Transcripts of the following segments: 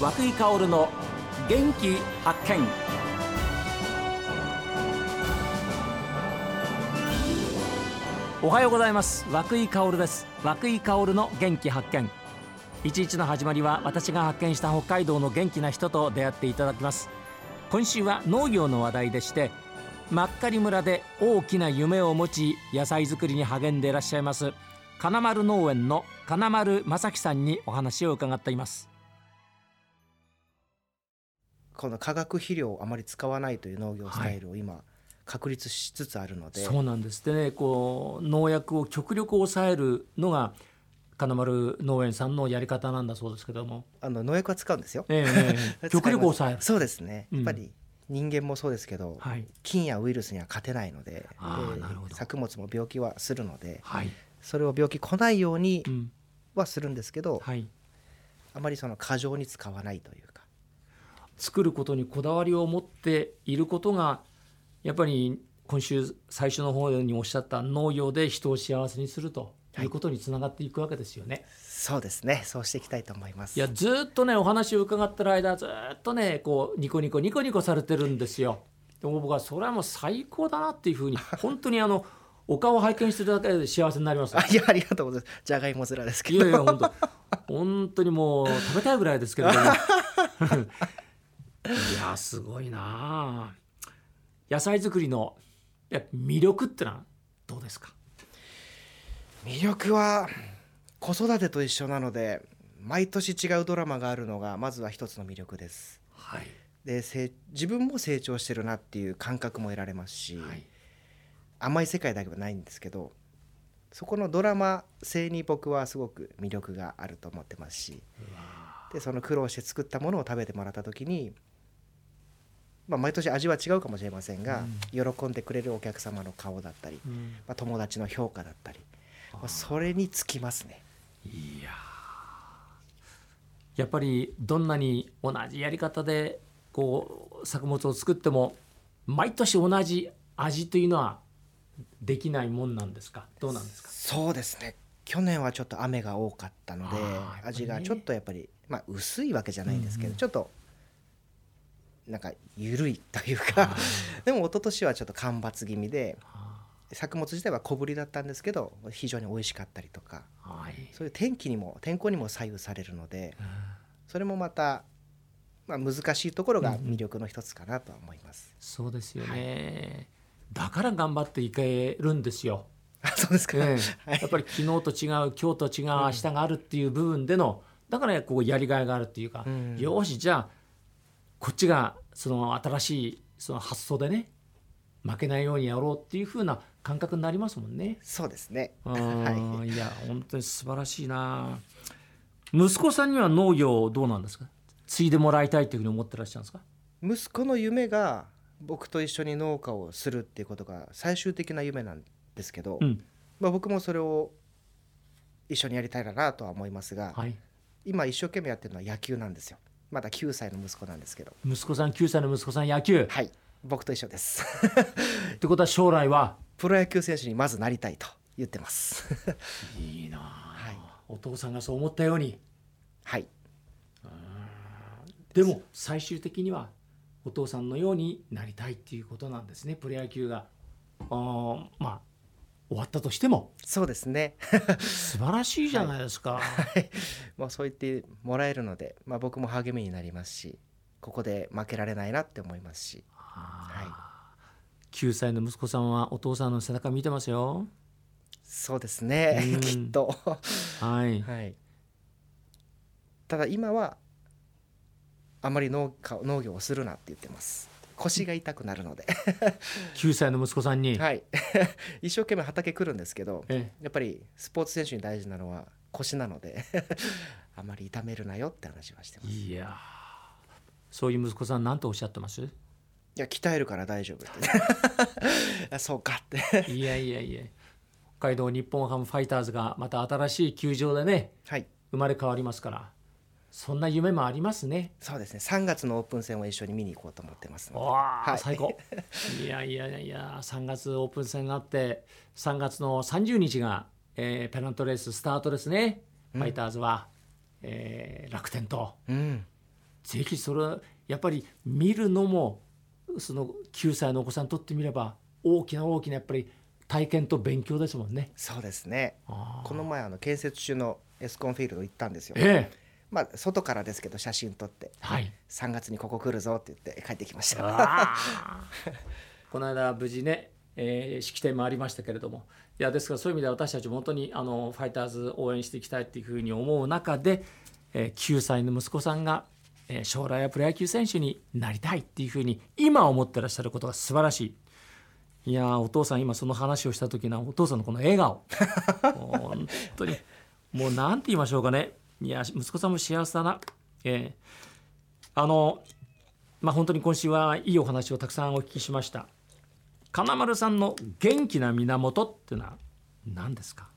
涌井薫の元気発見。おはようございます。涌井薫です。涌井薫の元気発見。一日の始まりは私が発見した北海道の元気な人と出会っていただきます。今週は農業の話題でして、真狩村で大きな夢を持ち野菜作りに励んでいらっしゃいます金丸農園の金丸正樹さんにお話を伺っています。 この化学肥料をあまり使わないという農業スタイルを今確立しつつあるので、 そうなんですね。農薬を極力抑えるのが金丸農園さんのやり方なんだそうですけども、 農薬は使うんですよ、 極力抑える。 そうですね。やっぱり人間もそうですけど、菌やウイルスには勝てないので、作物も病気はするので、それを病気来ないようにはするんですけど、あまりその過剰に使わないというか、 作ることにこだわりを持っていることがやっぱり今週最初の方におっしゃった農業で人を幸せにするということにつながっていくわけですよね。 そうですね。そうしていきたいと思います。 いや、ずっとねお話を伺ってる間ずっとねニコニコされてるんですよ。でも僕はそれはもう最高だなっていうふうに本当にお顔を拝見してるだけで幸せになります。 いや、ありがとうございます。じゃがいも面ですけど。 いや本当にもう食べたいぐらいですけれどもいやすごいな。野菜作りの魅力ってのはどうですか？ 魅力は子育てと一緒なので、毎年違うドラマがあるのがまずは一つの魅力です。で、自分も成長してるなっていう感覚も得られますし、甘い世界だけはないんですけど、そこのドラマ性に僕はすごく魅力があると思ってますし、でその苦労して作ったものを食べてもらった時に、毎年味は違うかもしれませんが、喜んでくれるお客様の顔だったり、友達の評価だったり、それにつきますね。 いや、やっぱりどんなに同じやり方で作物を作っても毎年同じ味というのはできないもんなんですか？どうなんですか？ そうですね。去年はちょっと雨が多かったので、味がちょっとやっぱり、薄いわけじゃないんですけど、ちょっとなんか緩いというかでも一昨年はちょっと干ばつ気味で、作物自体は小ぶりだったんですけど非常に美味しかったりとか、そういう天候にも左右されるので、それもまた、難しいところが魅力の一つかなとは思います。 そうですよね、だから頑張っていけるんですよ。 そうですか、やっぱり昨日と違う今日と違う明日があるっていう部分での、だからやりがいがあるっていうか、よしじゃあこっちがその新しいその発想でね負けないようにやろうっていう風な感覚になりますもんね。 そうですね。 いや本当に素晴らしいな。息子さんには農業どうなんですか？継いでもらいたいというふうに思ってらっしゃるんですか？ 息子の夢が僕と一緒に農家をするっていうことが最終的な夢なんですけど、僕もそれを一緒にやりたいなとは思いますが、今一生懸命やってるのは野球なんですよ。まだ9歳の息子なんですけど。 息子さん9歳の息子さん野球。 僕と一緒ですってことは将来はプロ野球選手にまずなりたいと言ってますいいな、お父さんがそう思ったように。でも最終的にはお父さんのようになりたいっていうことなんですね。プロ野球が終わったとしても。 そうですね素晴らしいじゃないですか、 もうそう言ってもらえるので、僕も励みになりますし、ここで負けられないなって思いますし、 9歳の息子さんはお父さんの背中見てますよ。 そうですねきっとただ今はあまり農業をするなって言ってます。腰が痛くなるので 9歳の息子さんに一生懸命畑来るんですけど、やっぱりスポーツ選手に大事なのは腰なのであまり痛めるなよって話はしてます。 いや、そういう息子さん何とおっしゃってます？ いや、鍛えるから大丈夫ってそうかっていや北海道日本ハムファイターズがまた新しい球場でね、生まれ変わりますから、そんな夢もありますね。 そうですね。3月のオープン戦を一緒に見に行こうと思ってますので、最高いや3月オープン戦があって、3月の30日が、ペナントレーススタートですね。ファイターズは、楽天と、 ぜひそれやっぱり見るのもその9歳のお子さんにとってみれば大きなやっぱり体験と勉強ですもんね。 そうですね。この前建設中のエスコンフィールド行ったんですよ。まあ外からですけど写真撮って、3月にここ来るぞって言って帰ってきました。 この間無事ね、式典もありましたけれども、いやですからそういう意味では私たちも本当にファイターズ応援していきたいっていうふうに思う中で、9歳の息子さんが将来はプロ野球選手になりたいっていうふうに今思ってらっしゃることが素晴らしい。いやお父さん今その話をした時のお父さんのこの笑顔本当にもうなんて言いましょうかね。いや息子さんも幸せだな。本当に今週はいいお話をたくさんお聞きしました。金丸さんの元気な源っていうのは何ですか？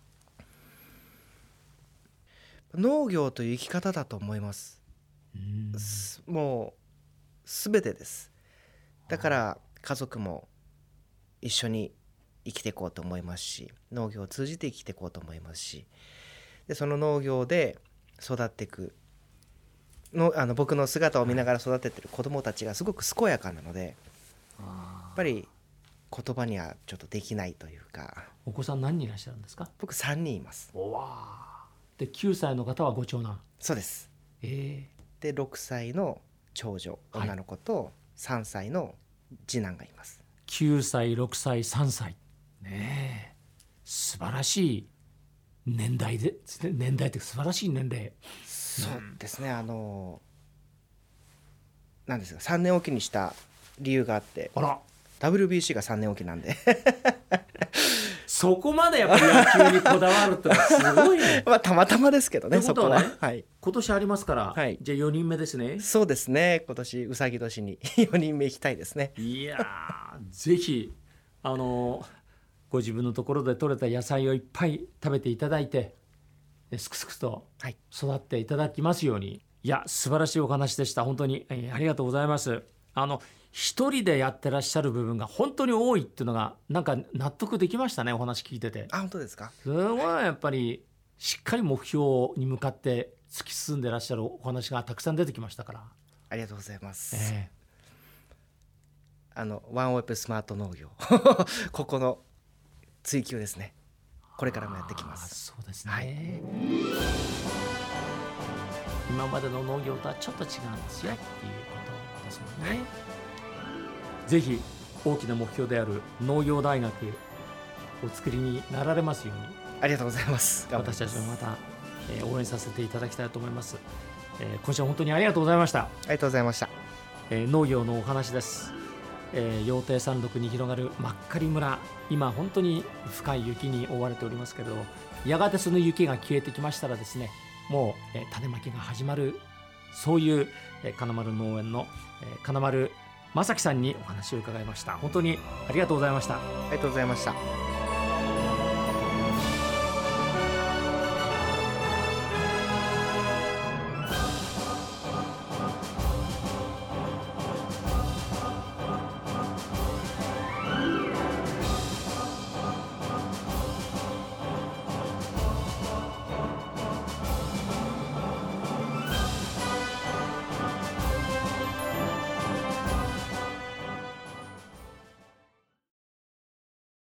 農業という生き方だと思います。もう全てです。だから家族も一緒に生きていこうと思いますし、農業を通じて生きていこうと思いますし、でその農業で育っていく僕の姿を見ながら育ててる子どもたちがすごく健やかなので、やっぱり言葉にはちょっとできないというか。 お子さん何人いらっしゃるんですか？ 僕3人います。 で9歳の方はご長男。 そうです。で6歳の長女女の子と3歳の次男がいます。 9歳6歳3歳ねえ素晴らしい年代って素晴らしい年齢。 そうですね。なんですか、3年おきにした理由があって、WBC が3年おきなんでそこまでやっぱり野球にこだわるってのはすごいねたまたまですけどね。そこは、 今年ありますから、じゃあ4人目ですね。 そうですね。今年うさぎ年に4人目行きたいですね。 いやぜひご自分のところで採れた野菜をいっぱい食べていただいて、すくすくと育っていただきますように。いや素晴らしいお話でした。本当に、ありがとうございます。一人でやってらっしゃる部分が本当に多いっていうのがなんか納得できましたね。お話聞いてて。 本当ですか？ すごいやっぱりしっかり目標に向かって突き進んでらっしゃるお話がたくさん出てきましたから。 ありがとうございます。ワンウェブスマート農業ここの追求ですね。これからもやってきます。 そうですね、今までの農業とはちょっと違うんですよ、っていうことですもんね。ぜひ大きな目標である農業大学お作りになられますように。 ありがとうございます。 私たちもまた、応援させていただきたいと思います。今週は本当にありがとうございました。 ありがとうございました。 農業のお話です。羊蹄山麓に広がる真っ狩村、今本当に深い雪に覆われておりますけれど、やがてその雪が消えてきましたらですね、もう、種まきが始まる、そういう、金丸農園の、金丸正樹さんにお話を伺いました。本当にありがとうございました。 ありがとうございました。